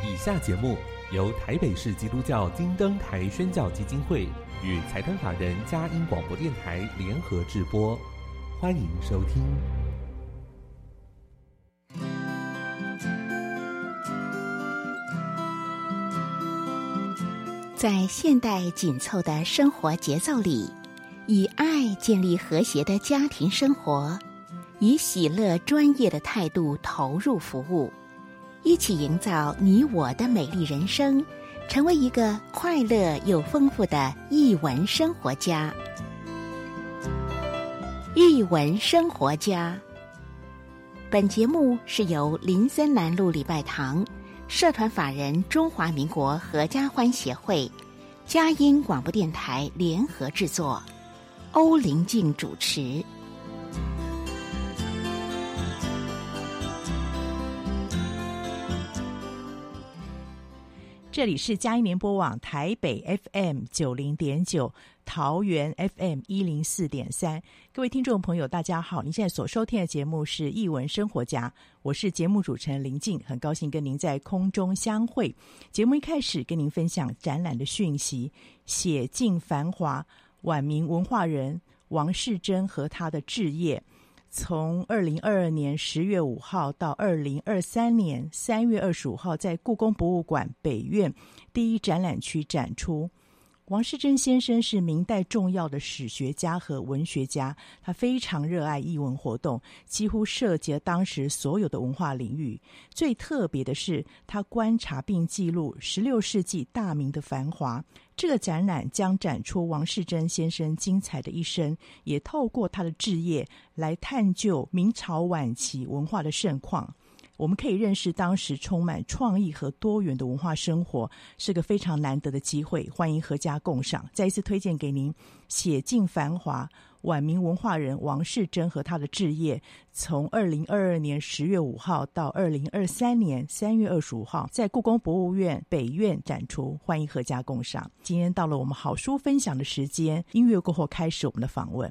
以下节目由台北市基督教金灯台宣教基金会与财团法人佳音广播电台联合制播，欢迎收听。 在现代紧凑的生活节奏里，以爱建立和谐的家庭生活，以喜乐专业的态度投入服务，一起营造你我的美丽人生，成为一个快乐又丰富的艺文生活家。艺文生活家，本节目是由林森南路礼拜堂社团法人中华民国合家欢协会、佳音广播电台联合制作，欧灵静主持。 这里是佳音联播网台北 FM 90.9，桃园 FM 104.3。各位听众朋友大家好，您现在所收听的节目是艺文生活家，我是节目主持人林静，很高兴跟您在空中相会。节目一开始跟您分享展览的讯息，写尽繁华，晚明文化人王世贞和他的志业，从2022年10月5号到2023年3月25号在故宫博物馆北院第一展览区展出。王世贞先生是明代重要的史学家和文学家，他非常热爱艺文活动，几乎涉及了当时所有的文化领域。最特别的是，他观察并记录16世纪大明的繁华。这个展览将展出王世贞先生精彩的一生，也透过他的志业来探究明朝晚期文化的盛况。我们可以认识当时充满创意和多元的文化生活，是个非常难得的机会，欢迎阖家共赏。再一次推荐给您写尽繁华，晚明文化人王世贞和他的志业，从2022年10月5号到2023年3月25号在故宫博物院北院展出，欢迎阖家共赏。今天到了我们好书分享的时间，音乐过后开始我们的访问。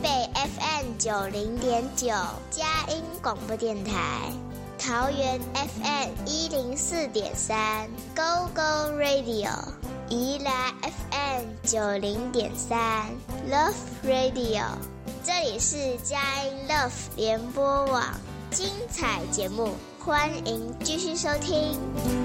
北 FM90.9 佳音广播电台，桃园 FM104.3 Go Go Radio， 宜兰 FM90.3 Love Radio， 这里是佳音 Love 联播网，精彩节目，欢迎继续收听。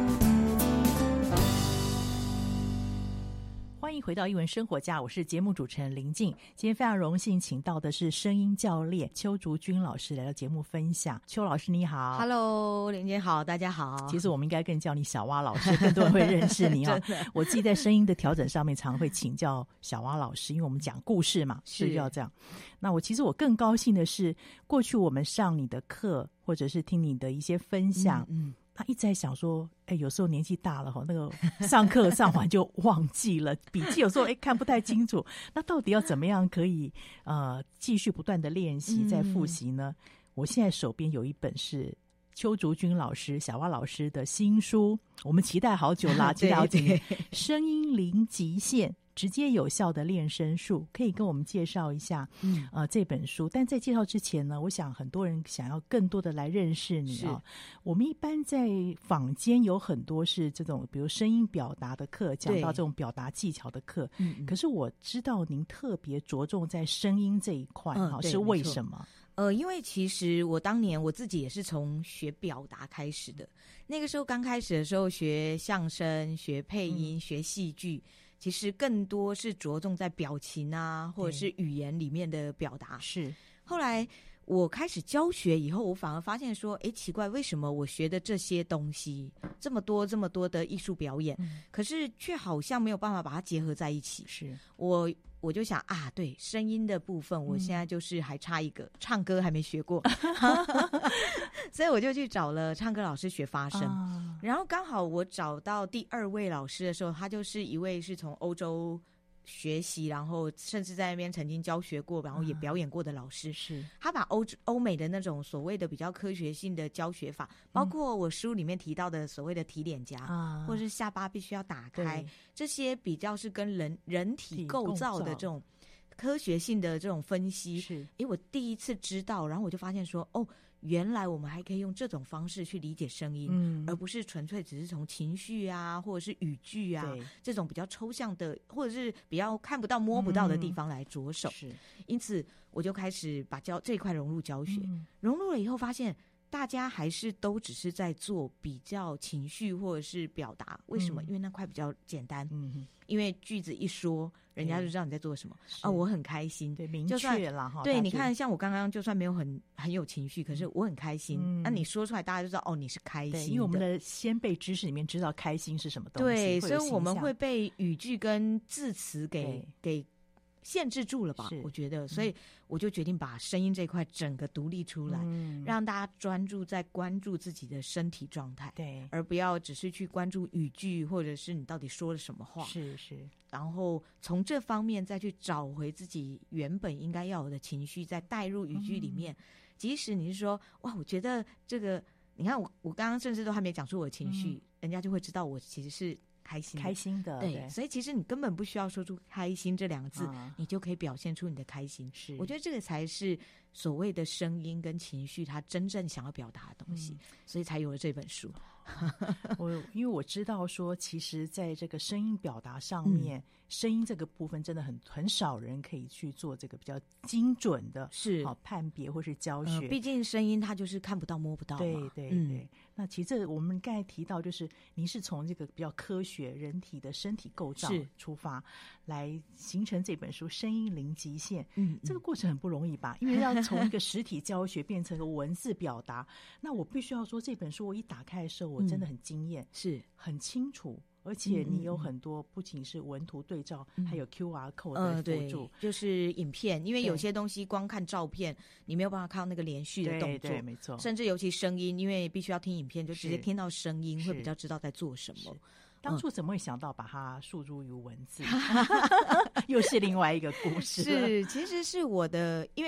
欢迎回到艺文生活家，我是节目主持人林静。今天非常荣幸请到的是声音教练邱竹君老师来到节目分享。邱老师你好。 Hello， 林姐好，大家好。 其实我们应该更叫你小蛙老师，更多人会认识你哦。我自己在声音的调整上面常会请教小蛙老师，因为我们讲故事嘛，是要这样。那我更高兴的是，过去我们上你的课或者是听你的一些分享，他一直在想说，有时候年纪大了那个上课上完就忘记了，笔记有时候看不太清楚。那到底要怎么样可以继续不断的练习再复习呢？我现在手边有一本是邱竹君老师小蛙老师的新书，我们期待好久啦，期待好几年。声音零极限，直接有效的练声术，可以跟我们介绍一下这本书。但在介绍之前呢，我想很多人想要更多的来认识你啊。我们一般在坊间有很多是这种比如声音表达的课，讲到这种表达技巧的课，可是我知道您特别着重在声音这一块，是为什么？ 因为其实我当年我自己也是从学表达开始的。那个时候刚开始的时候，学相声、学配音、学戏剧，其实更多是着重在表情啊，或者是语言里面的表达。是。后来我开始教学以后，我反而发现说，奇怪，为什么我学的这些东西这么多的艺术表演，可是却好像没有办法把它结合在一起。是。我就想啊，对，声音的部分我现在就是还差一个，唱歌还没学过所以我就去找了唱歌老师学发声，然后刚好我找到第2位老师的时候，他就是一位是从欧洲学习，然后甚至在那边曾经教学过，然后也表演过的老师。是他把欧美的那种所谓的比较科学性的教学法，包括我书里面提到的所谓的提脸颊，或者是下巴必须要打开，这些比较是跟人体构造的这种科学性的这种分析。是我第一次知道，然后我就发现说，原来我们还可以用这种方式去理解声音，而不是纯粹只是从情绪啊，或者是语句啊这种比较抽象的，或者是比较看不到摸不到的地方来着手。因此我就开始把这一块融入教学，融入了以后发现大家还是都只是在做比较情绪或者是表达。为什么？因为那块比较简单，因为句子一说人家就知道你在做什么我很开心，对，明确了哈。对，你看像我刚刚就算没有很有情绪，可是我很开心，那你说出来大家就知道你是开心的。因为我们的先辈知识里面知道开心是什么东西，对，所以我们会被语句跟字词给限制住了吧，我觉得。所以我就决定把声音这一块整个独立出来，让大家专注在关注自己的身体状态，对，而不要只是去关注语句或者是你到底说了什么话。是。然后从这方面再去找回自己原本应该要有的情绪，再带入语句里面。即使你是说哇，我觉得这个，你看我刚刚甚至都还没讲出我的情绪，人家就会知道我其实是开心的，对，所以其实你根本不需要说出开心这2个字，你就可以表现出你的开心。是，我觉得这个才是所谓的声音跟情绪它真正想要表达的东西，所以才有了这本书。因为我知道说，其实在这个声音表达上面，声音这个部分真的很少人可以去做这个比较精准的判别或是教学。毕竟声音它就是看不到摸不到嘛。对。那其实我们刚才提到，就是您是从这个比较科学人体的身体构造出发，来形成这本书《声音零极限》。这个过程很不容易吧？因为要从一个实体教学变成一个文字表达。那我必须要说，这本书我一打开的时候，我真的很惊艳，是很清楚。而且你有很多不仅是文图对照，还有 QR code 的辅助，就是影片。因为有些东西光看照片，你没有办法看到那个连续的动作，对，没错。甚至尤其声音，因为必须要听影片，就直接听到声音，会比较知道在做什么。当初怎么会想到把它诉诸于文字？又是另外一个故事。是，其实是我的，因为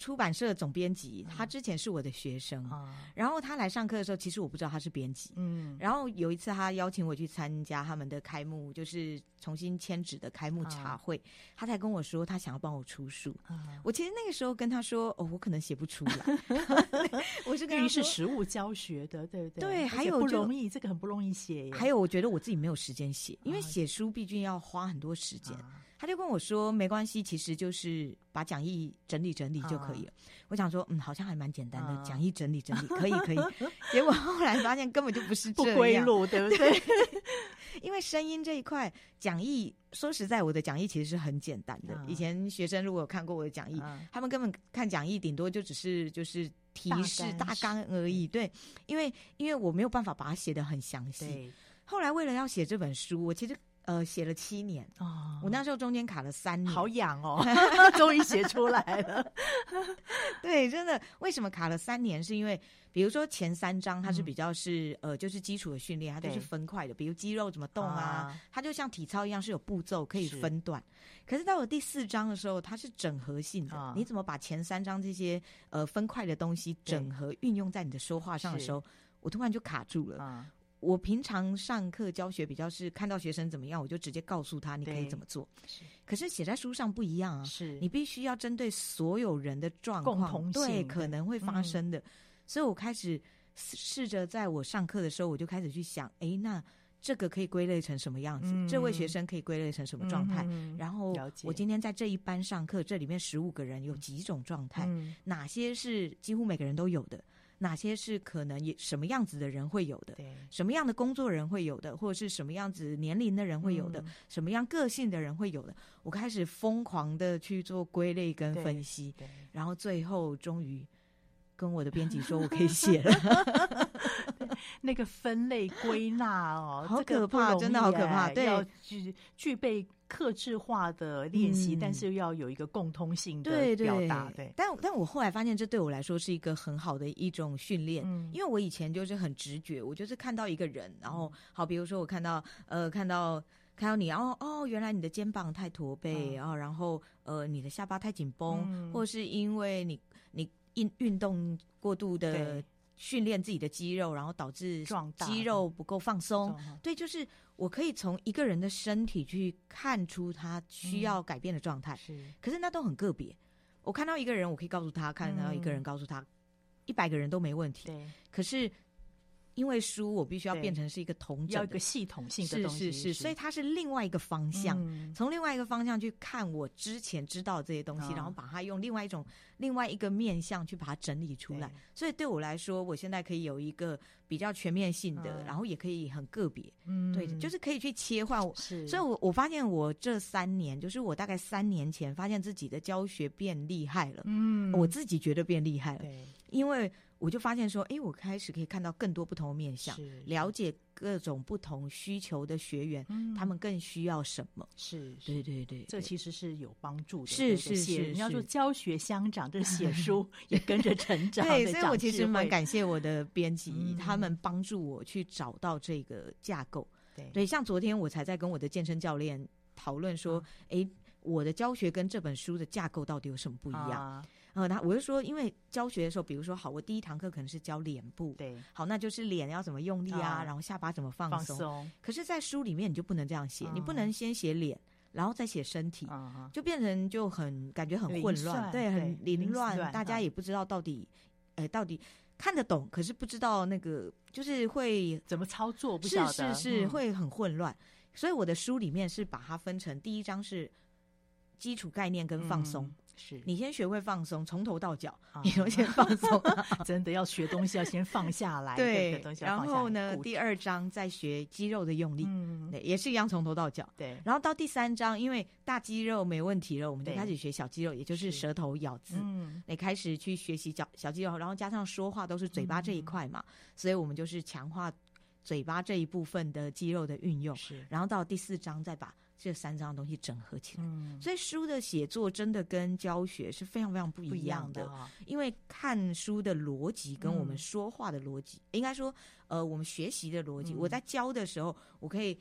出版社总编辑，他之前是我的学生，然后他来上课的时候，其实我不知道他是编辑，然后有一次他邀请我去参加他们的开幕，就是重新迁址的开幕茶会，他才跟我说他想要帮我出书。我其实那个时候跟他说，我可能写不出来，我是跟他说是实务教学的，对不对？ 对，还有不容易，这个很不容易写耶。 还有，我觉得我自己没有时间写，因为写书毕竟要花很多时间。他就跟我说没关系，其实就是把讲义整理整理就可以了。我想说好像还蛮简单的，讲义整理整理可以结果后来发现根本就不是这样， 不归路，对不对？ 因为声音这一块讲义，说实在我的讲义其实是很简单的，以前学生如果有看过我的讲义，他们根本看讲义顶多就只是就是提示大纲而已。对，因为我没有办法把它写得很详细。后来为了要写这本书，我其实写了7年，我那时候中间卡了3年， 好痒哦，终于写出来了。 对，真的，为什么卡了3年？是因为比如说前3章它是比较是就是基础的训练，它就是分块的，比如肌肉怎么动啊，它就像体操一样是有步骤可以分段。可是到了第4章的时候，它是整合性的，你怎么把前3章这些分块的东西整合运用在你的说话上的时候，我突然就卡住了。我平常上课教学比较是看到学生怎么样，我就直接告诉他你可以怎么做。可是写在书上不一样啊，你必须要针对所有人的状况， 共同性对可能会发生的。所以我开始试着在我上课的时候，我就开始去想，那这个可以归类成什么样子？这位学生可以归类成什么状态？然后我今天在这一班上课，这里面15个人有几种状态，哪些是几乎每个人都有的？哪些是可能什么样子的人会有的，什么样的工作人会有的，或者是什么样子年龄的人会有的，什么样个性的人会有的，我开始疯狂的去做归类跟分析，然后最后终于跟我的编辑说我可以写了。 那个分类归纳好可怕，真的好可怕。对， 要具备客制化的练习，但是又要有一个共通性的表达。对， 但我后来发现，这对我来说是一个很好的一种训练，因为我以前就是很直觉，我就是看到一个人，然后好，比如说我看到你，原来你的肩膀太驼背，然后你的下巴太紧绷，或是因为你运动过度的训练自己的肌肉，然后导致肌肉不够放松。对，就是我可以从一个人的身体去看出他需要改变的状态。可是那都很个别。我看到一个人，我可以告诉他；看到一个人，告诉他，100个人都没问题。可是因为书我必须要变成是一个统整的， 要一个系统性的东西， 是，所以它是另外一个方向，从另外一个方向去看我之前知道的这些东西，然后把它用另外一个面向去把它整理出来。所以对我来说，我现在可以有一个比较全面性的，然后也可以很个别，对，就是可以去切换。所以我发现我这3年，就是我大概3年前发现自己的教学变厉害了，我自己觉得变厉害了，因为我就发现说，我开始可以看到更多不同的面向，了解各种不同需求的学员，他们更需要什么。对， 这其实是有帮助的。 是， 你要说教学相长，这写书也跟着成长。 对，所以我其实蛮感谢我的编辑，他们帮助我去找到这个架构。对，像昨天我才在跟我的健身教练讨论说，我的教学跟这本书的架构到底有什么不一样？那我就说，因为教学的时候，比如说，好，我第1堂课可能是教脸部， 对， 好，那就是脸要怎么用力啊，然后下巴怎么放松。可是，在书里面你就不能这样写，你不能先写脸，然后再写身体，就变成就感觉很混乱，对，很凌乱，大家也不知道到底看得懂，可是不知道那个就是会怎么操作，不晓得， 是会很混乱。所以我的书里面是把它分成第1章是基础概念跟放松。你先学会放松，从头到脚，你都先放松。 真的要学东西，要先放下来。 对，然后呢，第2章再学肌肉的用力，对，也是一样从头到脚。 对， 然后到第3章，因为大肌肉没问题了，我们就开始学小肌肉，也就是舌头、咬字。你开始去学习小肌肉，然后加上说话都是嘴巴这一块嘛，所以我们就是强化嘴巴这一部分的肌肉的运用。然后到第4章再把这3章的东西整合起来。所以书的写作真的跟教学是非常非常不一样的，因为看书的逻辑跟我们说话的逻辑，应该说我们学习的逻辑，我在教的时候我可以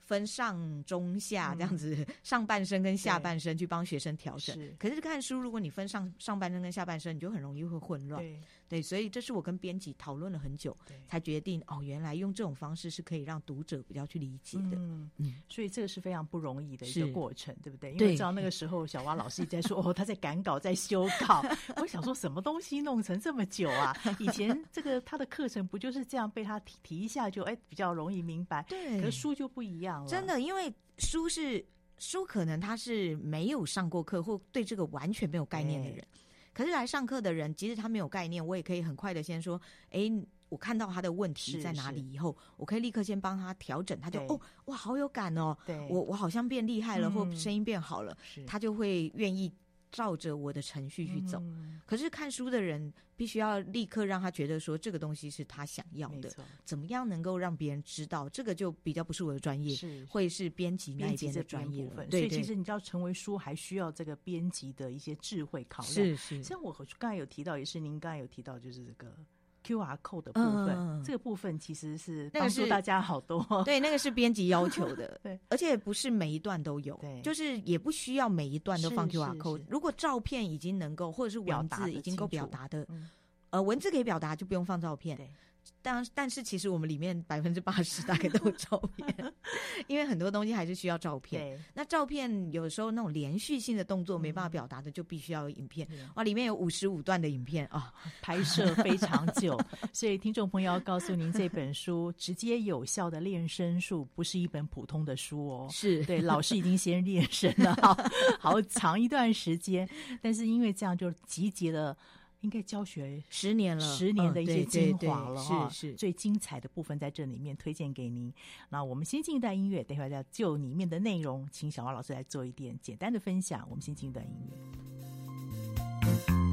分上中下这样子，上半身跟下半身去帮学生调整。可是看书，如果你分上半身跟下半身，你就很容易会混乱。对，所以这是我跟编辑讨论了很久，才决定原来用这种方式是可以让读者比较去理解的。 所以这个是非常不容易的一个过程，对不对？因为知道那个时候小蛙老师一直在说他在赶稿，在修稿。我想说什么东西弄成这么久啊？以前这个他的课程不就是这样被他提一下就比较容易明白？对，可是书就不一样了， 真的，因为书可能他是没有上过课或对这个完全没有概念的人。可是来上课的人，即使他没有概念，我也可以很快的先说，我看到他的问题在哪里以后，我可以立刻先帮他调整，他就哇好有感哦，我好像变厉害了，或声音变好了，他就会愿意照着我的程序去走。可是看书的人必须要立刻让他觉得说这个东西是他想要的，怎么样能够让别人知道，这个就比较不是我的专业，会是编辑那边的专业了。 所以其实你知道成为书还需要这个编辑的一些智慧考量。是像我刚才有提到，也是您刚才有提到，就是这个QR code 的部分，这个部分其实是帮助大家好多。 对，那个是编辑要求的，对，而且不是每一段都有，就是也不需要每一段都放 QR code。如果照片已经能够，或者是文字已经够表达的，文字可以表达就不用放照片。但是其实我们里面80%大概都有照片，因为很多东西还是需要照片。那照片有时候那种连续性的动作没办法表达的，就必须要有影片。里面有55段的影片啊， 拍摄非常久。所以听众朋友要告诉您，这本书直接有效的练声术不是一本普通的书哦， 是对老师已经先练声了好长一段时间，但是因为这样就集结了。应该教学 10年了 ，10年的一些精华了哈，是最精彩的部分在这里面推荐给您。那我们先进一段音乐，等会儿再就里面的内容，请小蛙老师来做一点简单的分享。我们先进一段音乐。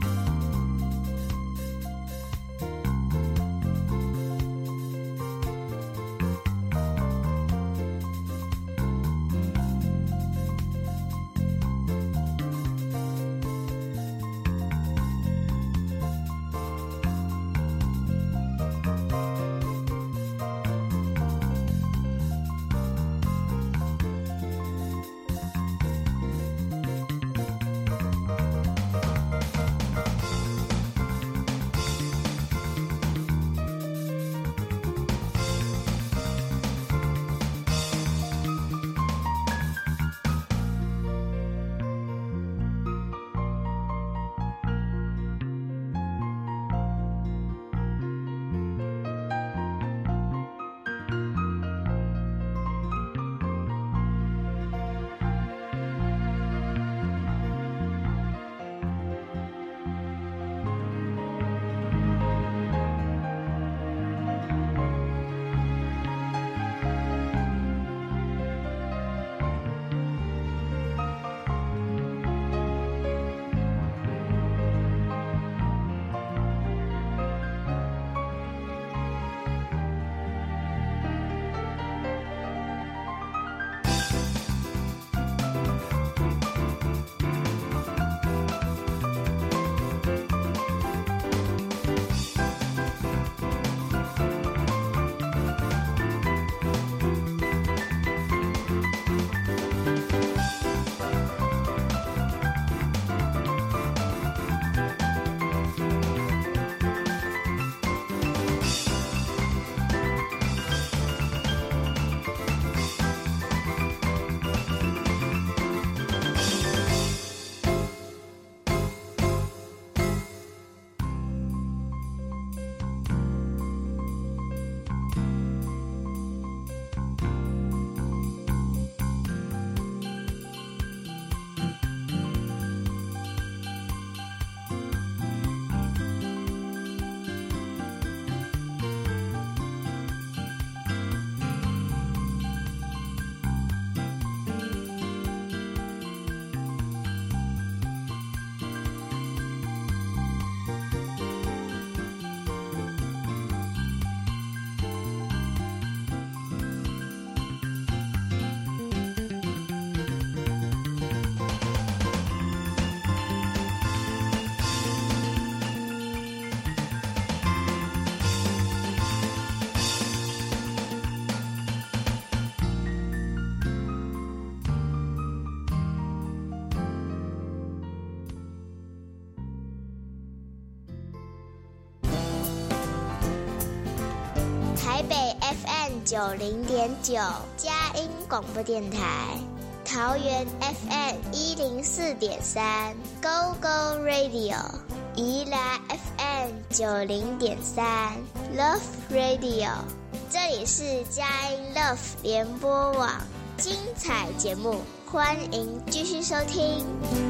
90.9，佳音广播电台，桃园 FM 104.3 ，Go Go Radio， 宜兰 FM 90.3 Love Radio， 这里是佳音 Love 联播网，精彩节目，欢迎继续收听。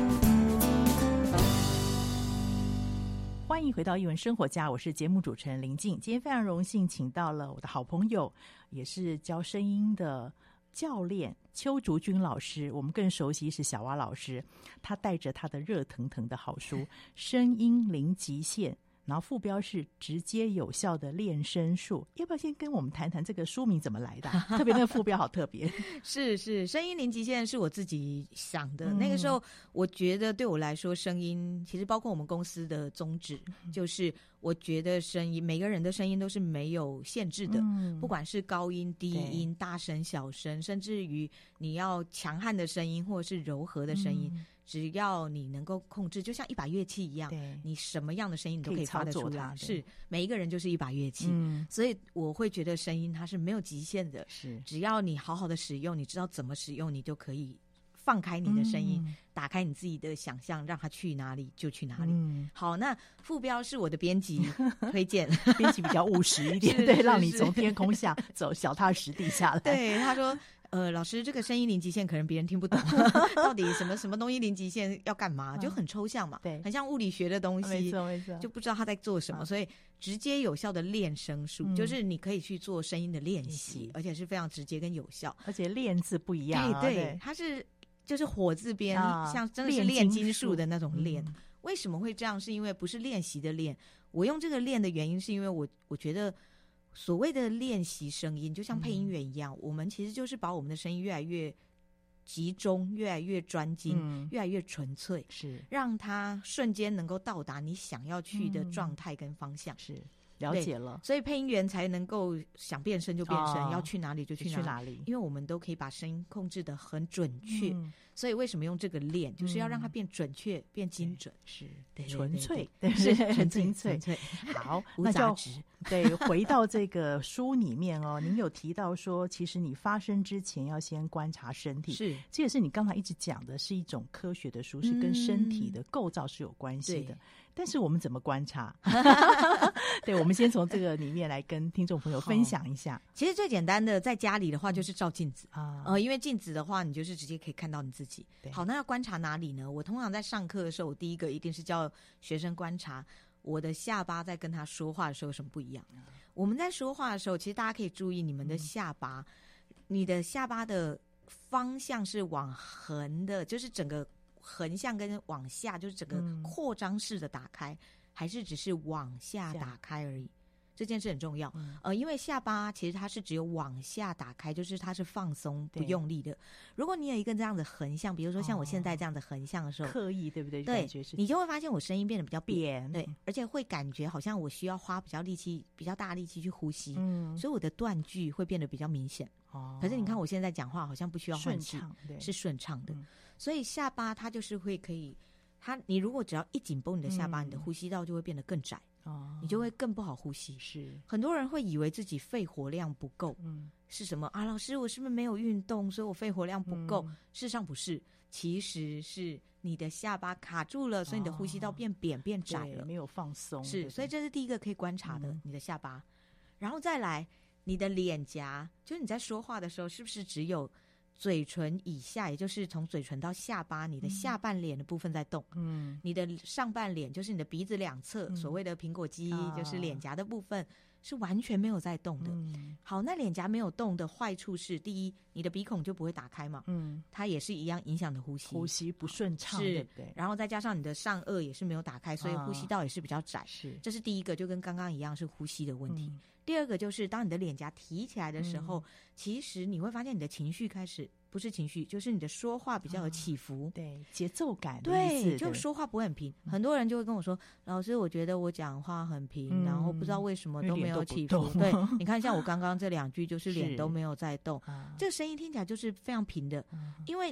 欢迎回到艺文生活家，我是节目主持人林静。今天非常荣幸请到了我的好朋友，也是教声音的教练邱竹君老师，我们更熟悉是小蛙老师。他带着他的热腾腾的好书《声音零极限》，然后副标是直接有效的练声术。要不要先跟我们谈谈这个书名怎么来的？特别那个副标好特别。 是声音零极限是我自己想的。那个时候我觉得对我来说，声音其实包括我们公司的宗旨，就是我觉得声音每个人的声音都是没有限制的，不管是高音低音大声小声，甚至于你要强悍的声音或者是柔和的声音，只要你能够控制，就像一把乐器一样，你什么样的声音你都可以发得出来。是每一个人就是一把乐器，所以我会觉得声音它是没有极限的，是只要你好好的使用，你知道怎么使用，你就可以放开你的声音，打开你自己的想象，让它去哪里就去哪里。好，那副标是我的编辑推荐， 编辑比较务实一点，对，让你从天空下走，脚踏实地下来。 对，他说。老师，这个声音零极限可能别人听不懂，到底什么东西零极限要干嘛，就很抽象嘛，对，很像物理学的东西， 没错没错， 就不知道他在做什么，所以直接有效的练声术，就是你可以去做声音的练习，而且是非常直接跟有效， 而且练字不一样， 对，它是就是火字边，像真的是炼金术的那种练。为什么会这样？是因为不是练习的练，我用这个练的原因是因为我觉得。所谓的练习声音就像配音员一样，我们其实就是把我们的声音越来越集中，越来越专精，越来越纯粹，是让它瞬间能够到达你想要去的状态跟方向。是了解了， 所以配音员才能够想变声就变声，要去哪里就去哪里，因为我们都可以把声音控制得很准确。所以为什么用这个练，就是要让它变准确、变精准，是纯粹， 是很精粹。好，那就对回到这个书里面哦，您有提到说，其实你发声之前要先观察身体，是这也是你刚才一直讲的，是一种科学的书，是跟身体的构造是有关系的。但是我们怎么观察？对，我们先从这个里面来跟听众朋友分享一下。 其实最简单的，在家里的话就是照镜子因为镜子的话，你就是直接可以看到你自己。好，那要观察哪里呢？我通常在上课的时候，我第一个一定是叫学生观察我的下巴在跟他说话的时候有什么不一样。我们在说话的时候，其实大家可以注意你们的下巴，你的下巴的方向是往横的，就是整个横向跟往下，就是整个扩张式的打开，还是只是往下打开而已？这件事很重要，因为下巴其实它是只有往下打开，就是它是放松不用力的。如果你有一个这样的横向，比如说像我现在这样的横向的时候， 刻意对不对？ 对，你就会发现我声音变得比较扁，对，而且会感觉好像我需要花比较大力气去呼吸，所以我的断句会变得比较明显。可是你看我现在讲话好像不需要换气，是顺畅的，所以下巴它就是会可以，你如果只要一紧绷你的下巴，你的呼吸道就会变得更窄。你就会更不好呼吸。是很多人会以为自己肺活量不够，是什么啊？老师，我是不是没有运动，所以我肺活量不够？事实上不是，其实是你的下巴卡住了，所以你的呼吸道变扁变窄了， 没有放松。 是，所以这是第一个可以观察的，你的下巴。然后再来，你的脸颊，就是你在说话的时候，是不是只有嘴唇以下，也就是从嘴唇到下巴，你的下半脸的部分在动。你的上半脸就是你的鼻子两侧，所谓的苹果肌，就是脸颊的部分是完全没有在动的。好，那脸颊没有动的坏处是，第一，你的鼻孔就不会打开嘛，它也是一样影响的呼吸不顺畅， 是， 对不对？ 然后再加上你的上颚也是没有打开，所以呼吸道也是比较窄。是，这是第一个，就跟刚刚一样是呼吸的问题。第二个就是当你的脸颊提起来的时候，其实你会发现你的情绪开始，不是情绪，就是你的说话比较有起伏， 对，节奏感的对， 意思， 就说话不会很平。很多人就会跟我说，老师，我觉得我讲话很平，然后不知道为什么都没有起伏。对，你看像我刚刚这两句，就是脸都没有在动，这个声音听起来就是非常平的，因为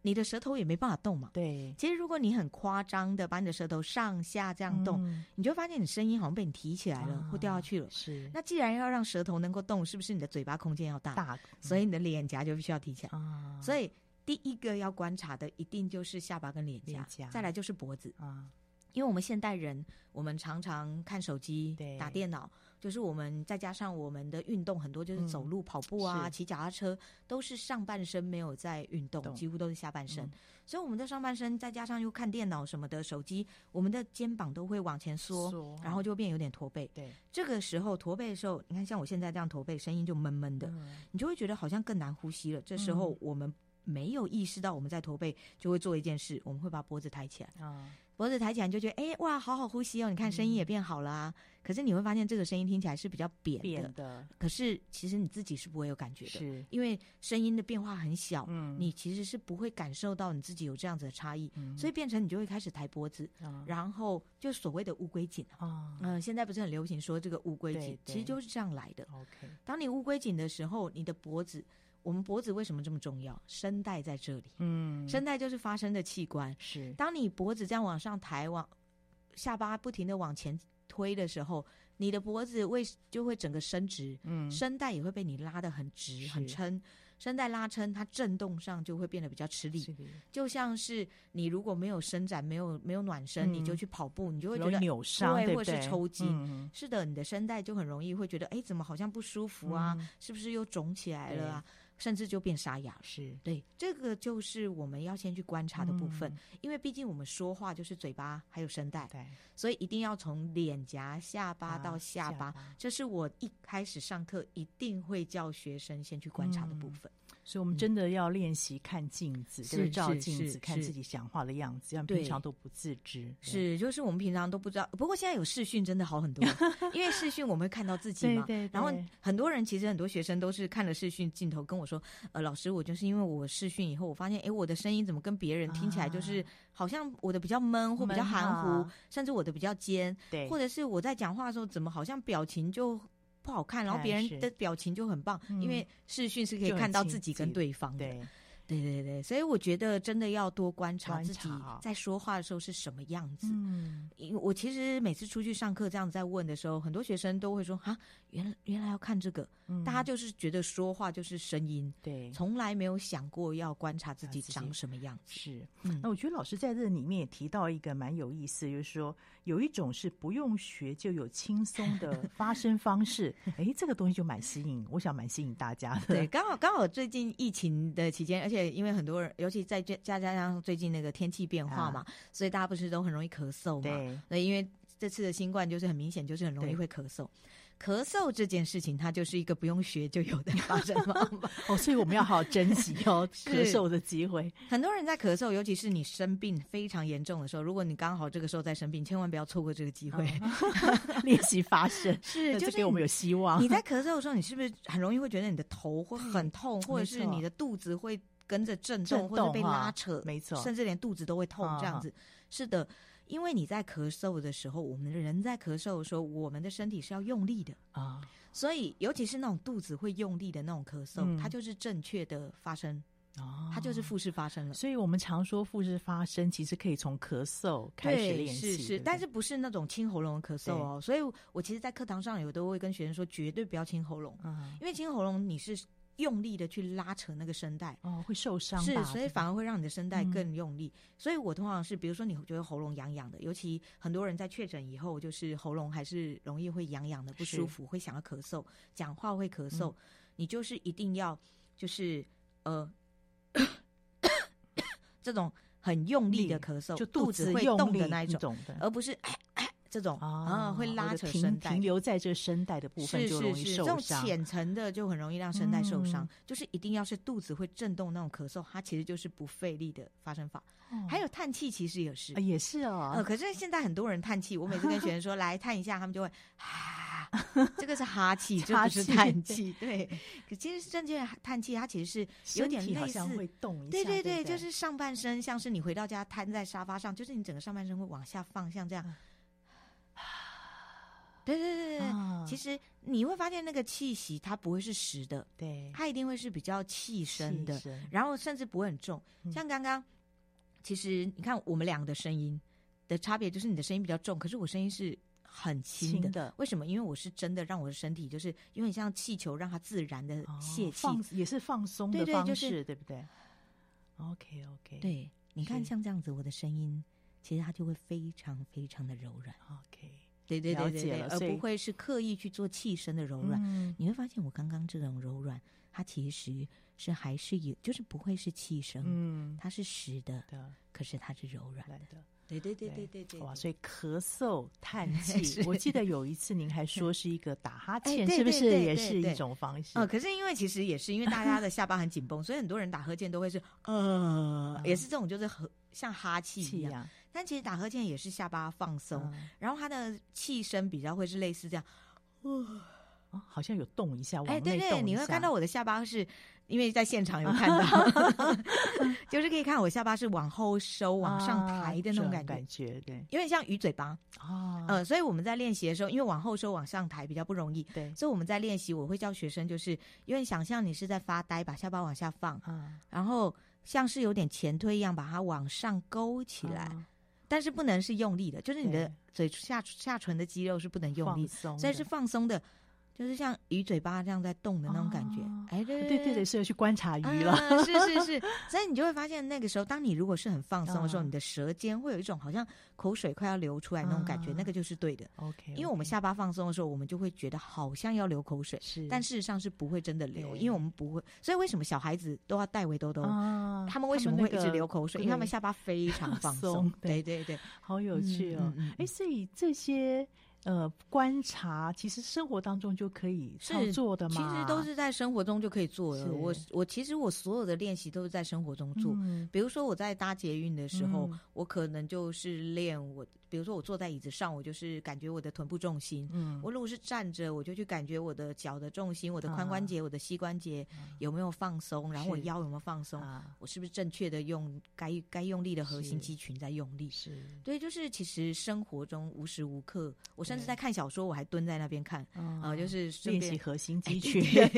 你的舌头也没办法动嘛。 对， 其实如果你很夸张的把你的舌头上下这样动，你就会发现你声音好像被你提起来了，或掉下去了。 是， 那既然要让舌头能够动，是不是你的嘴巴空间要大？所以你的脸颊就必须要提起来。所以第一个要观察的一定就是下巴跟脸颊，再来就是脖子。因为我们现代人，我们常常看手机、打电脑，就是我们再加上我们的运动很多，就是走路、跑步啊、骑脚踏车，都是上半身没有在运动，几乎都是下半身。所以我们的上半身再加上又看电脑什么的、手机，我们的肩膀都会往前缩，然后就变有点驼背。对，这个时候驼背的时候，你看像我现在这样驼背，声音就闷闷的，你就会觉得好像更难呼吸了。这时候我们没有意识到我们在驼背，就会做一件事，我们会把脖子抬起来。脖子抬起来你就觉得哇好好呼吸哦，你看声音也变好了啊。可是你会发现这个声音听起来是比较扁的，可是其实你自己是不会有感觉的，是因为声音的变化很小，你其实是不会感受到你自己有这样子的差异，所以变成你就会开始抬脖子，然后就所谓的乌龟颈现在不是很流行说这个乌龟颈，其实就是这样来的。当你乌龟颈的时候，你的脖子，我们脖子为什么这么重要？声带在这里，声带就是发声的器官。是，当你脖子这样往上抬，往下巴不停的往前推的时候，你的脖子就会整个伸直，声带也会被你拉得很直很撑。声带拉撑，它震动上就会变得比较吃力，就像是你如果没有伸展，没有暖身，你就去跑步，你就会觉得扭伤，对， 或是抽筋。是的，你的声带就很容易会觉得，怎么好像不舒服啊？是不是又肿起来了啊？甚至就变沙哑。是，对，这个就是我们要先去观察的部分，因为毕竟我们说话就是嘴巴还有声带，对，所以一定要从脸颊、下巴到下巴，这是我一开始上课一定会叫学生先去观察的部分。 所以我们真的要练习看镜子，就是照镜子看自己讲话的样子，像平常都不自知。是， 就是我们平常都不知道。不过现在有视讯真的好很多，因为视讯我们会看到自己嘛。对。然后很多人其实很多学生都是看了视讯镜头跟我说，老师，我就是因为我视讯以后，我发现我的声音怎么跟别人听起来就是好像我的比较闷或比较含糊，甚至我的比较尖，对，或者是我在讲话的时候怎么好像表情就不好看，然后别人的表情就很棒，因为视讯是可以看到自己跟对方的。对，所以我觉得真的要多观察自己在说话的时候是什么样子。我其实每次出去上课这样子在问的时候，很多学生都会说原来要看这个，大家就是觉得说话就是声音，对，从来没有想过要观察自己长什么样子。 是，那我觉得老师在这里面也提到一个蛮有意思，就是说有一种是不用学就有轻松的发声方式，这个东西就蛮吸引，我想蛮吸引大家的。 对，刚好最近疫情的期间，而且因为很多人，尤其在加上最近那个天气变化嘛，所以大家不是都很容易咳嗽嘛？对，因为这次的新冠就是很明显，就是很容易会咳嗽。咳嗽这件事情，它就是一个不用学就有的发生方法所以我们要好好珍惜咳嗽的机会。 很多人在咳嗽，尤其是你生病非常严重的时候，如果你刚好这个时候在生病，千万不要错过这个机会， 练习发声， 就是给我们有希望。 你在咳嗽的时候，你是不是很容易会觉得你的头会很痛，或者是你的肚子会跟着震动或者被拉扯， 没错， 甚至连肚子都会痛这样子。是的，因为你在咳嗽的时候，我们人在咳嗽的时候，我们的身体是要用力的啊，所以尤其是那种肚子会用力的那种咳嗽，它就是正确的发声。它就是腹式发声了。 所以我们常说腹式发声其实可以从咳嗽开始练习， 是，但是不是那种清喉咙的咳嗽哦。所以我其实在课堂上有都会跟学生说，绝对不要清喉咙，因为清喉咙你是用力的去拉扯那个声带会受伤吧， 是，所以反而会让你的声带更用力。所以我通常是比如说你觉得喉咙痒痒的，尤其很多人在确诊以后就是喉咙还是容易会痒痒的不舒服，会想要咳嗽，讲话会咳嗽，你就是一定要就是这种很用力的咳嗽， 就肚子会动的那一种，而不是这种会拉扯声带， 停留在这个声带的部分就容易受伤。 这种浅层的就很容易让声带受伤，就是一定要是肚子会震动那种咳嗽，它其实就是不费力的发声法。还有叹气，其实也是， 也是哦。 可是现在很多人叹气，我每次跟学生说来叹一下，他们就会这个是哈气，这不是叹气。对，可其实正确的叹气，它其实是有点类似会动一下， 对，就是上半身像是你回到家瘫在沙发上，就是你整个上半身会往下放，像这样。 对对对对，其实你会发现那个气息它不会是实的， 对， 它一定会是比较气声的，然后甚至不会很重。像刚刚，其实你看我们俩的声音的差别，就是你的声音比较重，可是我声音是很轻的。为什么？因为我是真的让我的身体就是有点像气球，让它自然的泄气， 也是放松的方式，对不对？OK， 对，你看像这样子，我的声音其实它就会非常非常的柔软。 OK。 对对对对对，而不会是刻意去做气声的柔软。你会发现我刚刚这种柔软，它其实是还是有，就是不会是气声，它是实的，可是它是柔软的。对对对对对对， 哇！所以咳嗽、叹气，我记得有一次您还说是一个打哈欠，是不是也是一种方式？ 可是因为其实也是因为大家的下巴很紧绷，所以很多人打呵欠都会是也是这种就是像哈气一样。但其实打呵欠也是下巴放松，然后它的气声比较会是类似这样， 好像有动一下，往内动一下。 对对，你会看到我的下巴是，因为在现场有看到，就是可以看我下巴是往后收、往上抬的那种感觉， 对， 有点像鱼嘴巴所以我们在练习的时候，因为往后收、往上抬比较不容易， 对， 所以我们在练习，我会教学生就是因为想象你是在发呆，把下巴往下放，然后像是有点前推一样，把它往上勾起来。但是不能是用力的，就是你的嘴下唇的肌肉是不能用力，所以是放松的，就是像鱼嘴巴这样在动的那种感觉。 对，是要去观察鱼了。 是，所以你就会发现那个时候，当你如果是很放松的时候，你的舌尖会有一种好像口水快要流出来那种感觉，那个就是对的。 OK， 因为我们下巴放松的时候，我们就会觉得好像要流口水，但事实上是不会真的流，因为我们不会。所以为什么小孩子都要戴围兜兜？他们为什么会一直流口水？因为他们下巴非常放松。对对对， 好有趣哦。所以这些。观察其实生活当中就可以操作的嘛， 其实都是在生活中就可以做的。我其实我所有的练习都是在生活中做。比如说我在搭捷运的时候，我可能就是练我，比如说我坐在椅子上，我就是感觉我的臀部重心。我如果是站着，我就去感觉我的脚的重心，我的髋关节、我的膝关节有没有放松，然后我腰有没有放松，我是不是正确的用该用力的核心肌群在用力。对，就是其实生活中无时无刻，我甚至在看小说，我还蹲在那边看，就是练习核心肌群。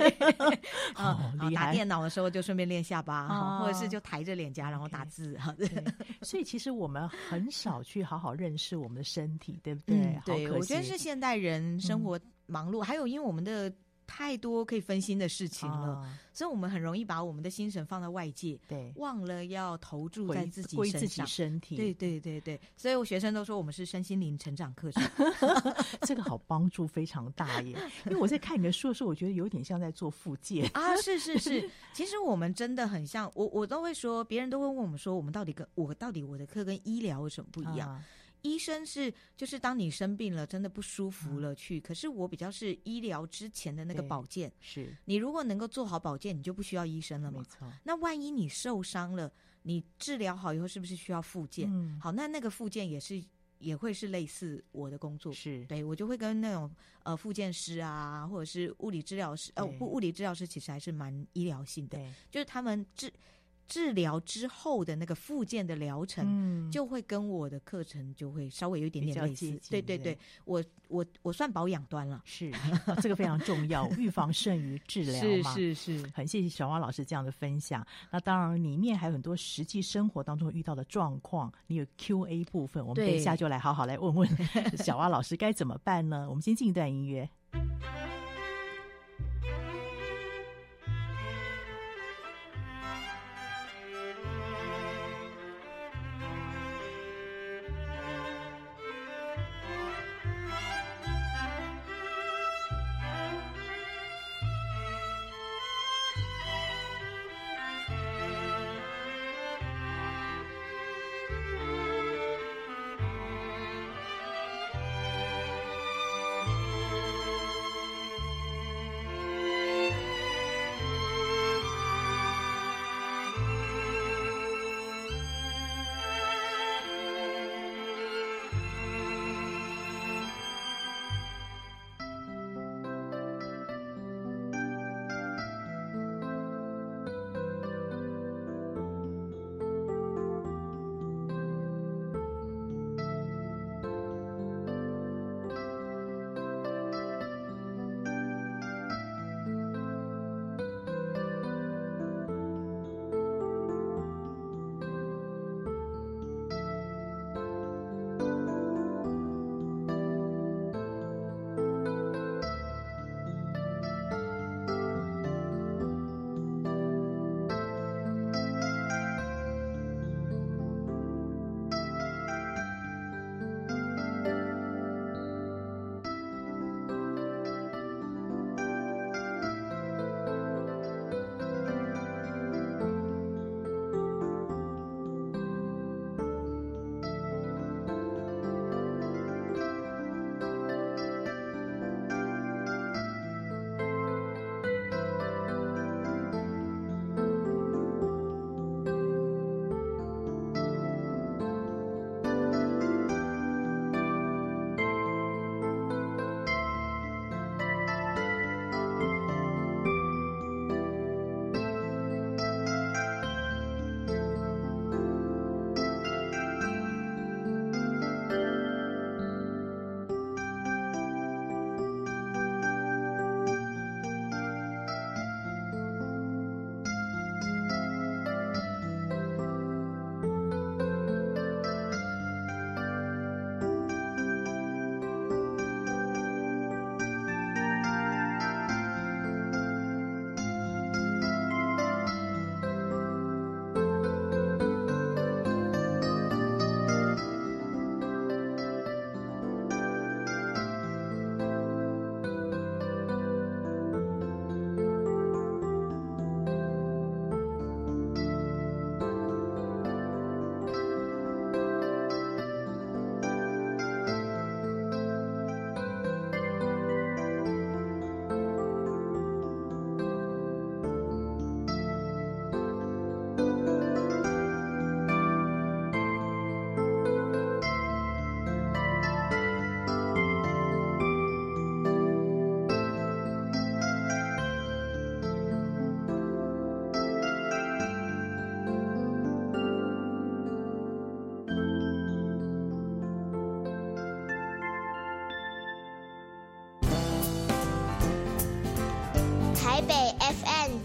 打电脑的时候就顺便练下巴，或者是就抬着脸颊然后打字。 所以其实我们很少去好好认识我们的身体，对不对？ 对，我觉得是现代人生活忙碌，还有因为我们的太多可以分心的事情了，所以我们很容易把我们的心神放在外界， 对， 忘了要投注在自己身上， 归自己身体。 对对对对，所以我学生都说我们是身心灵成长课程。 这个好帮助非常大耶，因为我在看你的书的时候，我觉得有点像在做复健啊。是，其实我们真的很像，我都会说，别人都会问我们说，我的课跟医疗有什么不一样？医生是就是当你生病了真的不舒服了去，可是我比较是医疗之前的那个保健， 是你如果能够做好保健，你就不需要医生了嘛。 没错。 那万一你受伤了，你治疗好以后是不是需要复健？好，那个复健也会是类似我的工作， 是对，我就会跟那种复健师啊，或者是物理治疗师，物理治疗师其实还是蛮医疗性的，就是他们治疗之后的那个复健的疗程，就会跟我的课程就会稍微有一点点类似。对对对，我算保养端了， 是这个非常重要，预防胜于治疗嘛。是，很谢谢小蛙老师这样的分享。那当然里面还有很多实际生活当中遇到的状况，你有 Q&A 部分，我们等一下就来好好来问问小蛙老师该怎么办呢？我们先进一段音乐。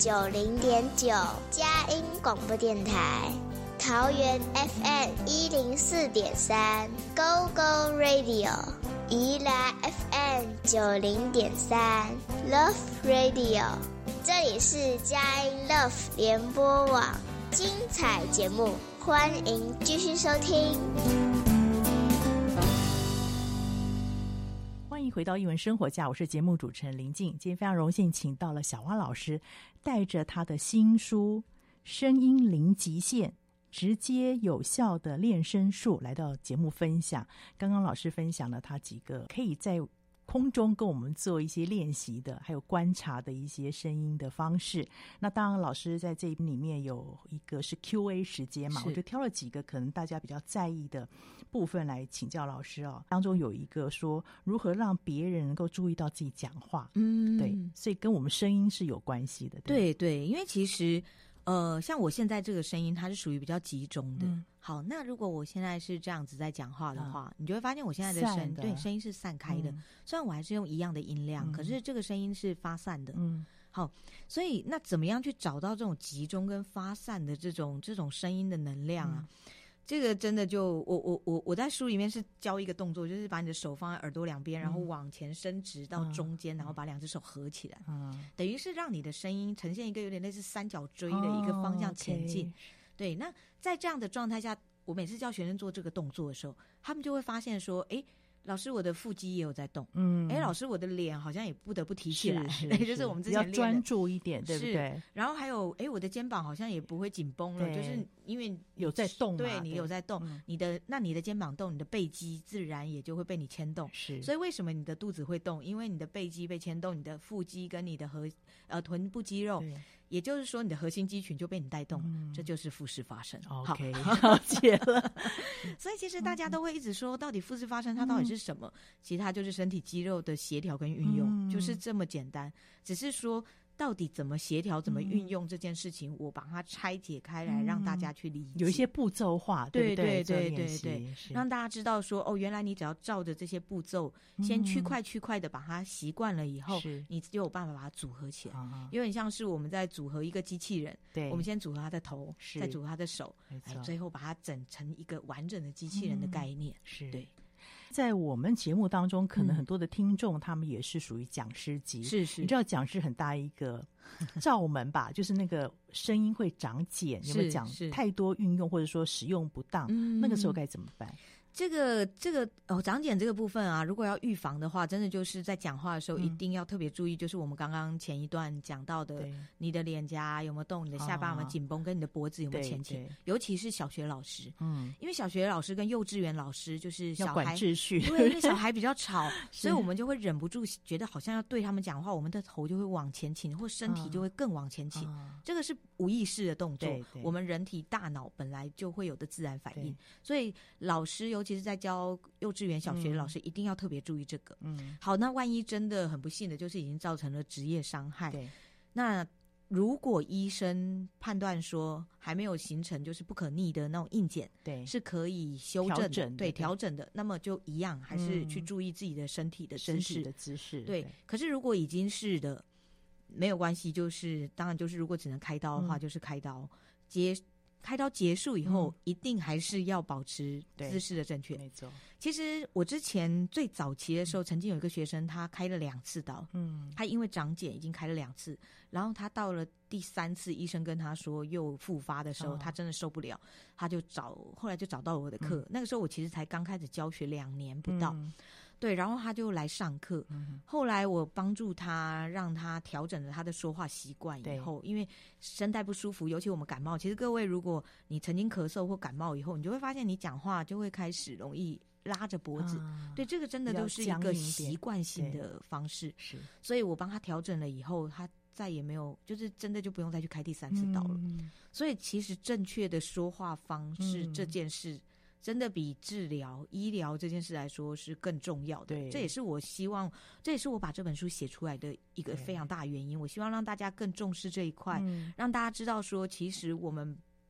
90.9，佳音广播电台，桃园 FM 104.3 ，Go Go Radio， 宜兰 FM 90.3 Love Radio， 这里是佳音 Love 联播网，精彩节目，欢迎继续收听。 欢迎回到艺文生活家，我是节目主持人林静。今天非常荣幸请到了小蛙老师，带着他的新书《声音零极限：直接有效的练声术》来到节目分享。刚刚老师分享了他几个可以在空中跟我们做一些练习的，还有观察的一些声音的方式。那当然老师在这里面有一个是 Q&A 时间嘛，我就挑了几个可能大家比较在意的部分来请教老师哦。当中有一个说如何让别人能够注意到自己讲话，对，所以跟我们声音是有关系的。 对对，因为其实像我现在这个声音它是属于比较集中的。好，那如果我现在是这样子在讲话的话，你就会发现我现在的声音是散开的。虽然我还是用一样的音量，可是这个声音是发散的。好，所以那怎么样去找到这种集中跟发散的这种声音的能量啊？这个真的就我在书里面是教一个动作，就是把你的手放在耳朵两边，然后往前伸直到中间，然后把两只手合起来，等于是让你的声音呈现一个有点类似三角锥的一个方向前进。对，那在这样的状态下，我每次教学生做这个动作的时候，他们就会发现说，老师，我的腹肌也有在动。老师，我的脸好像也不得不提起来，就是我们之前练的， 要专注一点，对不对？ 然后还有，我的肩膀好像也不会紧绷了，就是因为有在动嘛， 对，你有在动，你的肩膀动，你的背肌自然也就会被你牵动。是，所以为什么你的肚子会动？因为你的背肌被牵动，你的腹肌跟你的臀部肌肉。也就是说，你的核心肌群就被你带动，这就是腹式发声。 OK， 了解了。 所以其实大家都会一直说，到底腹式发声它到底是什么？其实它就是身体肌肉的协调跟运用，就是这么简单。只是说，到底怎么协调、怎么运用这件事情，我把它拆解开来，让大家去理解。 有一些步骤化，对不对？ 对，让大家知道说，原来你只要照着这些步骤，先区块的把它习惯了以后，你就有办法把它组合起来。有点像是我们在组合一个机器人，我们先组合它的头，再组合它的手，最后把它整成一个完整的机器人的概念。对。 在我们节目当中，可能很多的听众他们也是属于讲师级， 是你知道讲师很大一个罩门吧，就是那个声音会长茧，有没有讲太多运用或者说使用不当，那个时候该怎么办？ 这个长茧这个部分啊，如果要预防的话，真的就是在讲话的时候一定要特别注意，就是我们刚刚前一段讲到的，你的脸颊有没有动，你的下巴有没有紧倾，跟你的脖子有没有前倾，尤其是小学老师，因为小学老师跟幼稚园老师就是小孩要管秩序， 对，因为小孩比较吵，所以我们就会忍不住觉得好像要对他们讲话，我们的头就会往前倾，或身体就会更往前倾，这个是无意识的动作，我们人体大脑本来就会有的自然反应，所以老师尤其是在教幼稚园小学的老师一定要特别注意这个。好，那万一真的很不幸的就是已经造成了职业伤害，那如果医生判断说还没有形成就是不可逆的那种硬茧，是可以修正的，调整的，那么就一样还是去注意自己的身体的姿势，对。可是如果已经是的，没有关系，就是当然就是如果只能开刀的话，就是开刀结束以后，一定还是要保持姿势的正确。 没错。 其实我之前最早期的时候，曾经有一个学生，他开了2次刀，他因为长茧已经开了2次，然后他到了第3次，医生跟他说又复发的时候，他真的受不了，他就后来就找到我的课。那个时候我其实才刚开始教学2年不到。对，然后他就来上课，后来我帮助他，让他调整了他的说话习惯以后，因为声带不舒服，尤其我们感冒，其实各位如果你曾经咳嗽或感冒以后，你就会发现你讲话就会开始容易拉着脖子，对，这个真的都是一个习惯性的方式，所以我帮他调整了以后，他再也没有，就是真的就不用再去开第3次刀了。所以其实正确的说话方式这件事，真的比治疗医疗这件事来说是更重要的。这也是我希望，这也是我把这本书写出来的一个非常大的原因。我希望让大家更重视这一块，让大家知道说，其实我们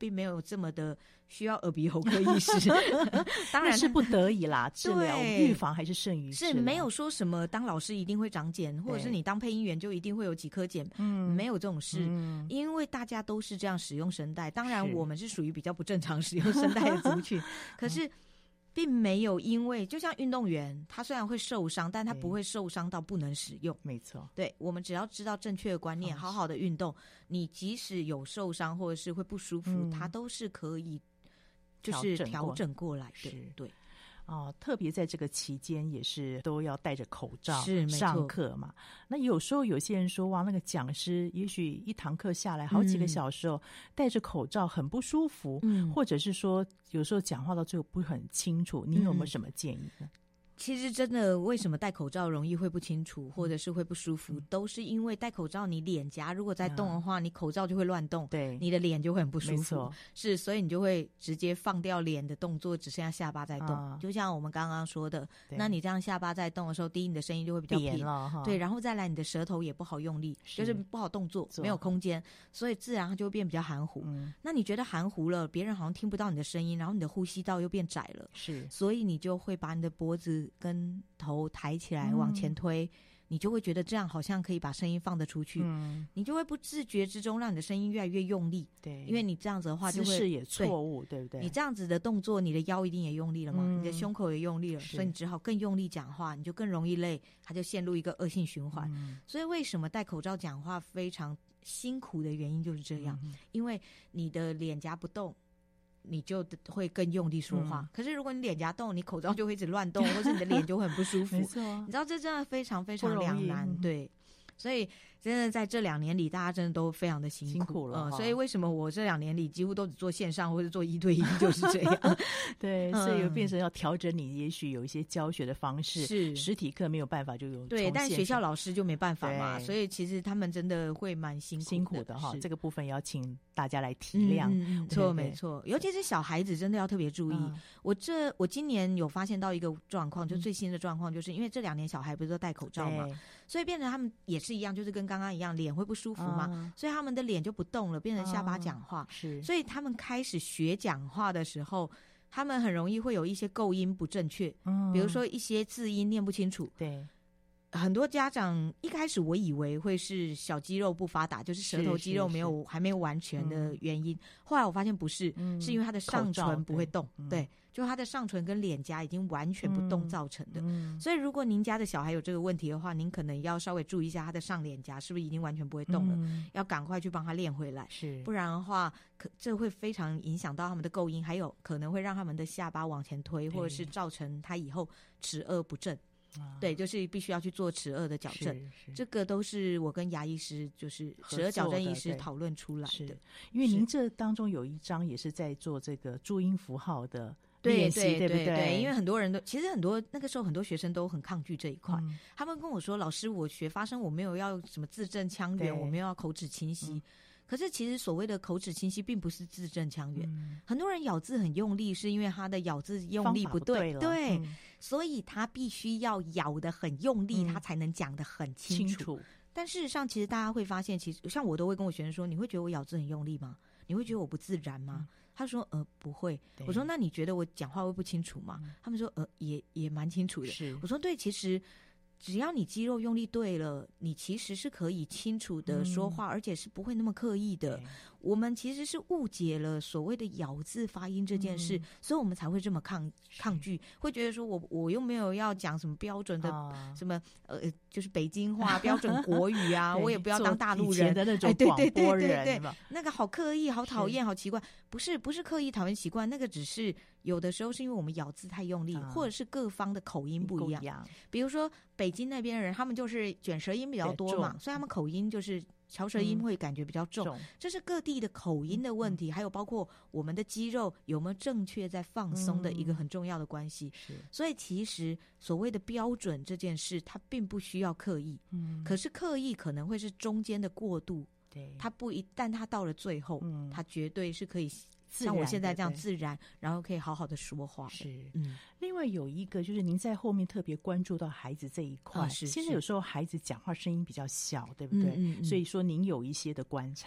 并没有这么的需要耳鼻喉科医师。当然是不得已啦，治疗对预防还是胜于治， 是没有说什么当老师一定会长茧，或者是你当配音员就一定会有几颗茧，没有这种事，因为大家都是这样使用声带。当然我们是属于比较不正常使用声带的族群，可是并没有因为就像运动员，他虽然会受伤，但他不会受伤到不能使用。 没错， 对，我们只要知道正确的观念，好好的运动，你即使有受伤或者是会不舒服，它都是可以就是调整过来的。对。 特别在这个期间也是都要戴着口罩是上课嘛。那有时候有些人说，哇，那个讲师也许一堂课下来好几个小时戴着口罩很不舒服，或者是说有时候讲话到最后不是很清楚，你有没有什么建议呢？ 其实真的，为什么戴口罩容易会不清楚，或者是会不舒服，都是因为戴口罩，你脸颊如果在动的话，你口罩就会乱动， 对， 你的脸就会很不舒服。是，所以你就会直接放掉脸的动作，只剩下下巴在动。就像我们刚刚说的，那你这样下巴在动的时候，第一你的声音就会比较平了，对，然后再来你的舌头也不好用力，就是不好动作，没有空间，所以自然它就会变比较含糊。那你觉得含糊了，别人好像听不到你的声音，然后你的呼吸道又变窄了， 是， 所以你就会把你的脖子跟头抬起来往前推，你就会觉得这样好像可以把声音放得出去，你就会不自觉之中让你的声音越来越用力。 对， 因为你这样子的话就会姿势也错误， 对不对？ 你这样子的动作，你的腰一定也用力了嘛，你的胸口也用力了，所以你只好更用力讲话，你就更容易累，它就陷入一个恶性循环。所以为什么戴口罩讲话非常辛苦的原因就是这样，因为你的脸颊不动，你就会更用力说话，可是如果你脸颊动，你口罩就会一直乱动，或是你的脸就会很不舒服。 没错， 你知道这真的非常非常两难，对。所以真的在这2年里，大家真的都非常的辛苦了。 所以为什么我这2年里几乎都只做线上或者做1对1，就是这样。 对，所以变成要调整你，也许有一些教学的方式， 是实体课没有办法就有对，但学校老师就没办法嘛，所以其实他们真的会蛮辛苦的哈。这个部分也要请大家来体谅。 没错，尤其是小孩子真的要特别注意。我今年有发现到一个状况，就最新的状况，就是因为这2年小孩不是都戴口罩嘛，所以变成他们也是一样，就是跟刚刚一样，脸会不舒服嘛，所以他们的脸就不动了，变成下巴讲话。 是， 所以他们开始学讲话的时候，他们很容易会有一些构音不正确，比如说一些字音念不清楚。 对。 很多家长一开始我以为会是小肌肉不发达，就是舌头肌肉还没有完全的原因，后来我发现不是，是因为他的上唇不会动，对，就他的上唇跟脸颊已经完全不动造成的。所以如果您家的小孩有这个问题的话，您可能要稍微注意一下他的上脸颊是不是已经完全不会动了，要赶快去帮他练回来，不然的话这会非常影响到他们的构音，还有可能会让他们的下巴往前推，或者是造成他以后齿腭不正。对，就是必须要去做齿腭的矫正，这个都是我跟牙医师，就是齿腭矫正医师讨论出来的。 因为您这当中有一章也是在做这个注音符号的练习，对不对？ 因为很多人都其实那个时候很多学生都很抗拒这一块，他们跟我说：“老师，我学发声，我没有要什么字正腔圆，我没有要口齿清晰。”可是其实所谓的口齿清晰并不是字正腔圆，很多人咬字很用力是因为他的咬字用力不对，对，所以他必须要咬得很用力，他才能讲得很清楚。但事实上其实大家会发现，其实像我都会跟我学生说，你会觉得我咬字很用力吗？你会觉得我不自然吗？他说不会。我说那你觉得我讲话会不清楚吗？他们说也蛮清楚的。我说对，其实只要你肌肉用力对了，你其实是可以清楚的说话，而且是不会那么刻意的。我们其实是误解了所谓的咬字发音这件事，所以我们才会这么抗拒，会觉得说我又没有要讲什么标准的什么就是北京话标准国语啊，我也不要当大陆人的那种广播人， 对，那个好刻意，好讨厌，好奇怪。不是刻意讨厌习惯，那个只是有的时候是因为我们咬字太用力，或者是各方的口音不一样。比如说北京那边的人，他们就是卷舌音比较多嘛，所以他们口音就是翘舌音会感觉比较重，这是各地的口音的问题，还有包括我们的肌肉有没有正确在放松的一个很重要的关系。所以其实所谓的标准这件事，它并不需要刻意，可是刻意可能会是中间的过渡，它但它到了最后，它绝对是可以像我现在这样自然，然后可以好好的说话。 另外有一个就是您在后面特别关注到孩子这一块，现在有时候孩子讲话声音比较小，对不对？所以说您有一些的观察。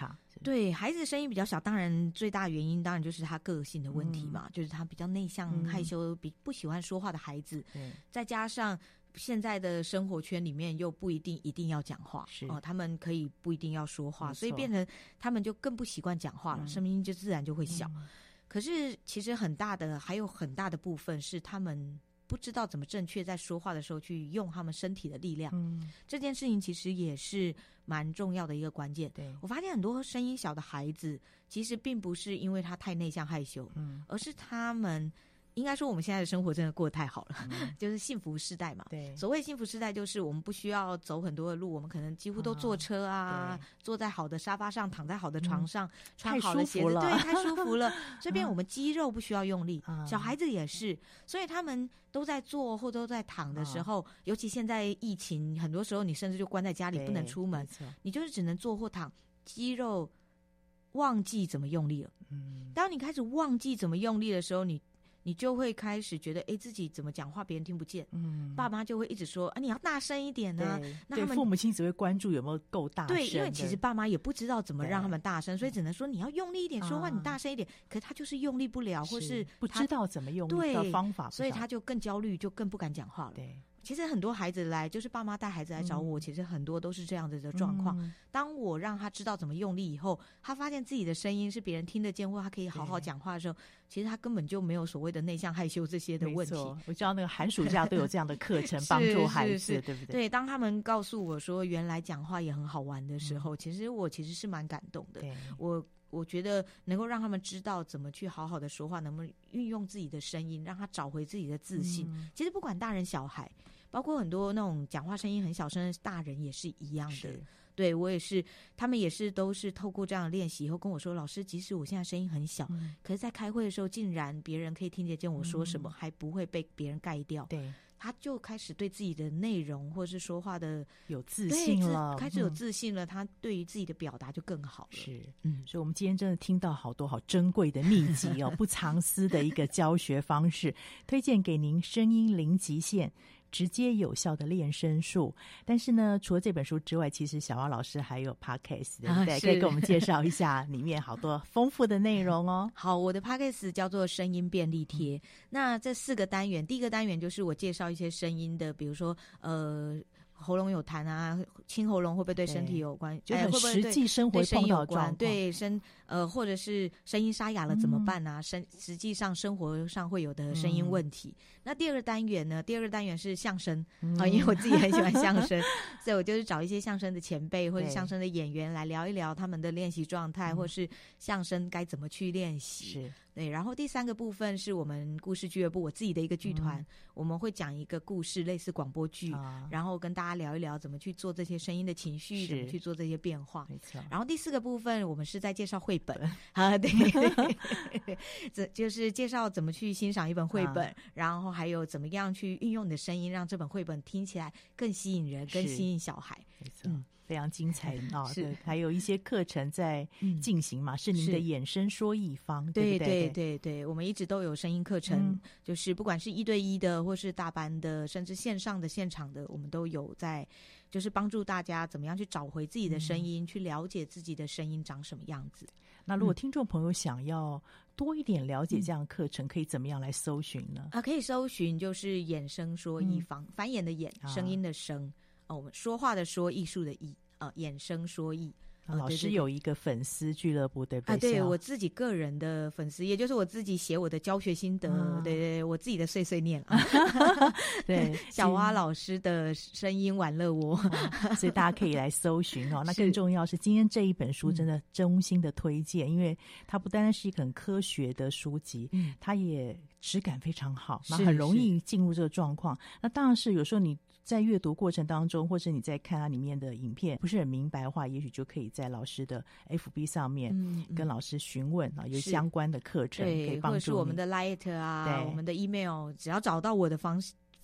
对，孩子的声音比较小，当然最大原因当然就是他个性的问题嘛，就是他比较内向、害羞，不喜欢说话的孩子，再加上现在的生活圈里面又不一定要讲话，他们可以不一定要说话，所以变成他们就更不习惯讲话了，声音就自然就会小。可是其实还有很大的部分是他们不知道怎么正确在说话的时候去用他们身体的力量，这件事情其实也是蛮重要的一个关键。我发现很多声音小的孩子其实并不是因为他太内向害羞，而是他们应该说我们现在的生活真的过得太好了，就是幸福世代嘛。对，所谓幸福世代就是我们不需要走很多的路，我们可能几乎都坐车啊，坐在好的沙发上，躺在好的床上，穿好的鞋子，对，太舒服了。这边我们肌肉不需要用力，小孩子也是，所以他们都在坐或都在躺的时候，尤其现在疫情，很多时候你甚至就关在家里不能出门，你就是只能坐或躺，肌肉忘记怎么用力了。当你开始忘记怎么用力的时候，你就会开始觉得，自己怎么讲话别人听不见，爸妈就会一直说，你要大声一点呢。那他们父母亲只会关注有没有够大声。 对，因为其实爸妈也不知道怎么让他们大声，所以只能说你要用力一点说话，你大声一点。可是他就是用力不了，或是不知道怎么用力的方法， 所以他就更焦虑，就更不敢讲话了。对。其实很多孩子来，就是爸妈带孩子来找我，其实很多都是这样子的状况。当我让他知道怎么用力以后，他发现自己的声音是别人听得见，或他可以好好讲话的时候，其实他根本就没有所谓的内向害羞这些的问题。 我知道那个寒暑假都有这样的课程帮助孩子，对不对？ 对，当他们告诉我说原来讲话也很好玩的时候，其实我是蛮感动的。我觉得能够让他们知道怎么去好好的说话，能不能运用自己的声音，让他找回自己的自信。其实不管大人小孩，包括很多那种讲话声音很小声的大人也是一样的。对，我也是，他们也是都是透过这样的练习以后跟我说，老师，即使我现在声音很小，可是在开会的时候竟然别人可以听得见我说什么，还不会被别人盖掉。对，他就开始对自己的内容或是说话的有自信了， 开始有自信了，他对于自己的表达就更好了。 所以我们今天真的听到好多好珍贵的秘籍不藏私的一个教学方式，推荐给您声音零极限直接有效的练声术。但是呢，除了这本书之外，其实小蛙老师还有 podcast， 对不对？可以给我们介绍一下里面好多丰富的内容哦。 好，我的 podcast 叫做声音便利贴。那这4个单元，第一个单元就是我介绍一些声音的，比如说喉咙有痰啊，清喉咙会不会对身体有关？ 就很实际生活碰到的状况。 对或者是声音沙哑了怎么办啊？实际上生活上会有的声音问题。那第二个单元是相声因为我自己很喜欢相声，所以我就是找一些相声的前辈或者相声的演员来聊一聊他们的练习状态，或是相声该怎么去练习。对，然后第3个部分是我们故事俱乐部我自己的一个剧团，我们会讲一个故事，类似广播剧，然后跟大家聊一聊怎么去做这些声音的情绪，怎么去做这些变化。没错。然后第4个部分，我们是在介绍绘本对，这就是介绍怎么去欣赏一本绘本，然后还有怎么样去运用你的声音，让这本绘本听起来更吸引人，更吸引小孩。 没错。非常精彩对，还有一些课程在进行嘛，是您的衍生说艺坊，对不对？ 对，我们一直都有声音课程，就是不管是1对1的，或是大班的，甚至线上的、现场的，我们都有在，就是帮助大家怎么样去找回自己的声音，去了解自己的声音长什么样子。 那如果听众朋友想要多一点了解这样的课程，可以怎么样来搜寻呢？ 可以搜寻就是衍生说艺坊，繁衍的衍，声音的声。我们说话的说，艺术的艺，衍生说艺。 老师有一个粉丝俱乐部，对不对？ 对，我自己个人的粉丝，也就是我自己写我的教学心得，对，我自己的碎碎念对，小蛙老师的声音玩乐窝， 所以大家可以来搜寻那更重要是今天这一本书真的衷心的推荐，因为它不单单是一个很科学的书籍，它也质感非常好，那很容易进入这个状况。那当然是有时候你在阅读过程当中，或者你在看它里面的影片不是很明白的话，也许就可以在老师的 FB 上面跟老师询问有相关的课程可以帮助你， 或者是我们的 Light 我们的 email， 只要找到我的方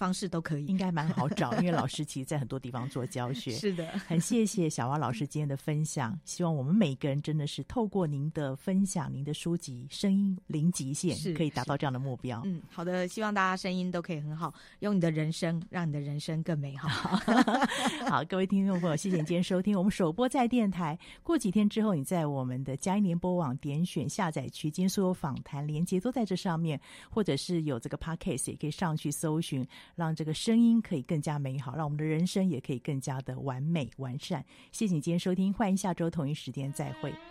方式都可以， 应该蛮好找，因为老师其实在很多地方做教学。 是的， 很谢谢小蛙老师今天的分享，希望我们每个人真的是透过您的分享，您的书籍声音零极限，可以达到这样的目标。 好的，希望大家声音都可以很好，用你的人生让你的人生更美好。 好，各位听众朋友，谢谢你今天收听我们首播在电台，过几天之后你在我们的佳音联播网点选下载区，今天所有访谈连结都在这上面，或者是有这个 podcast 也可以上去搜寻，让这个声音可以更加美好，让我们的人生也可以更加的完美完善。谢谢你今天收听，欢迎下周同一时间再会。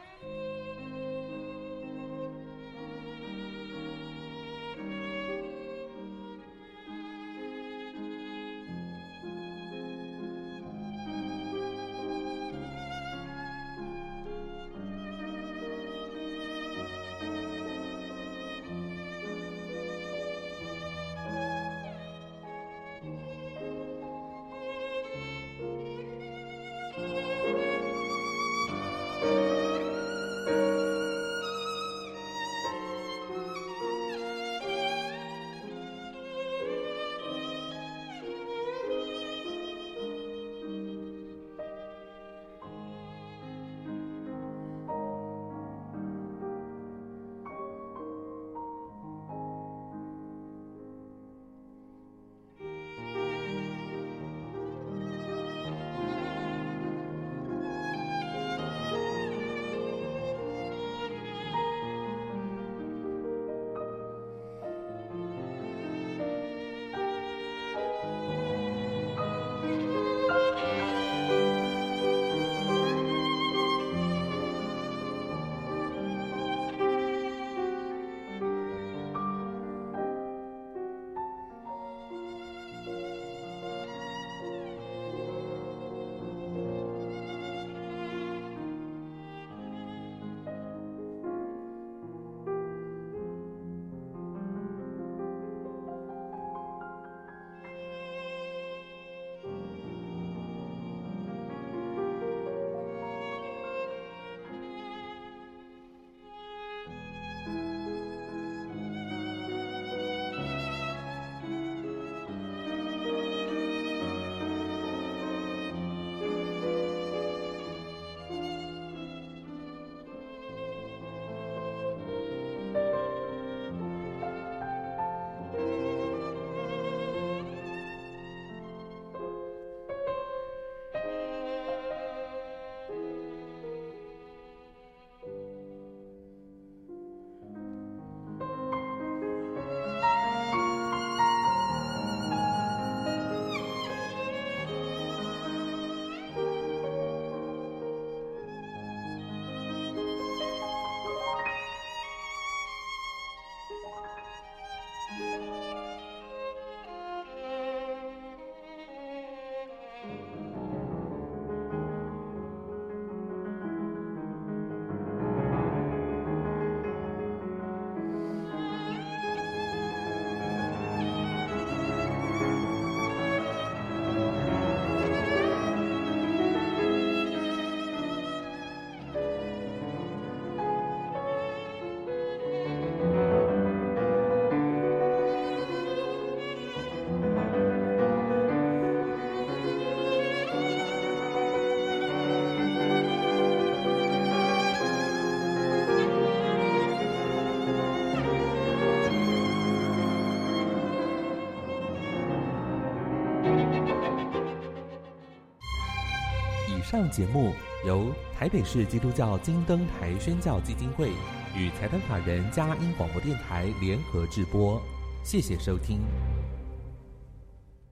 以上节目由台北市基督教金灯台宣教基金会与财团法人佳音广播电台联合制播，谢谢收听。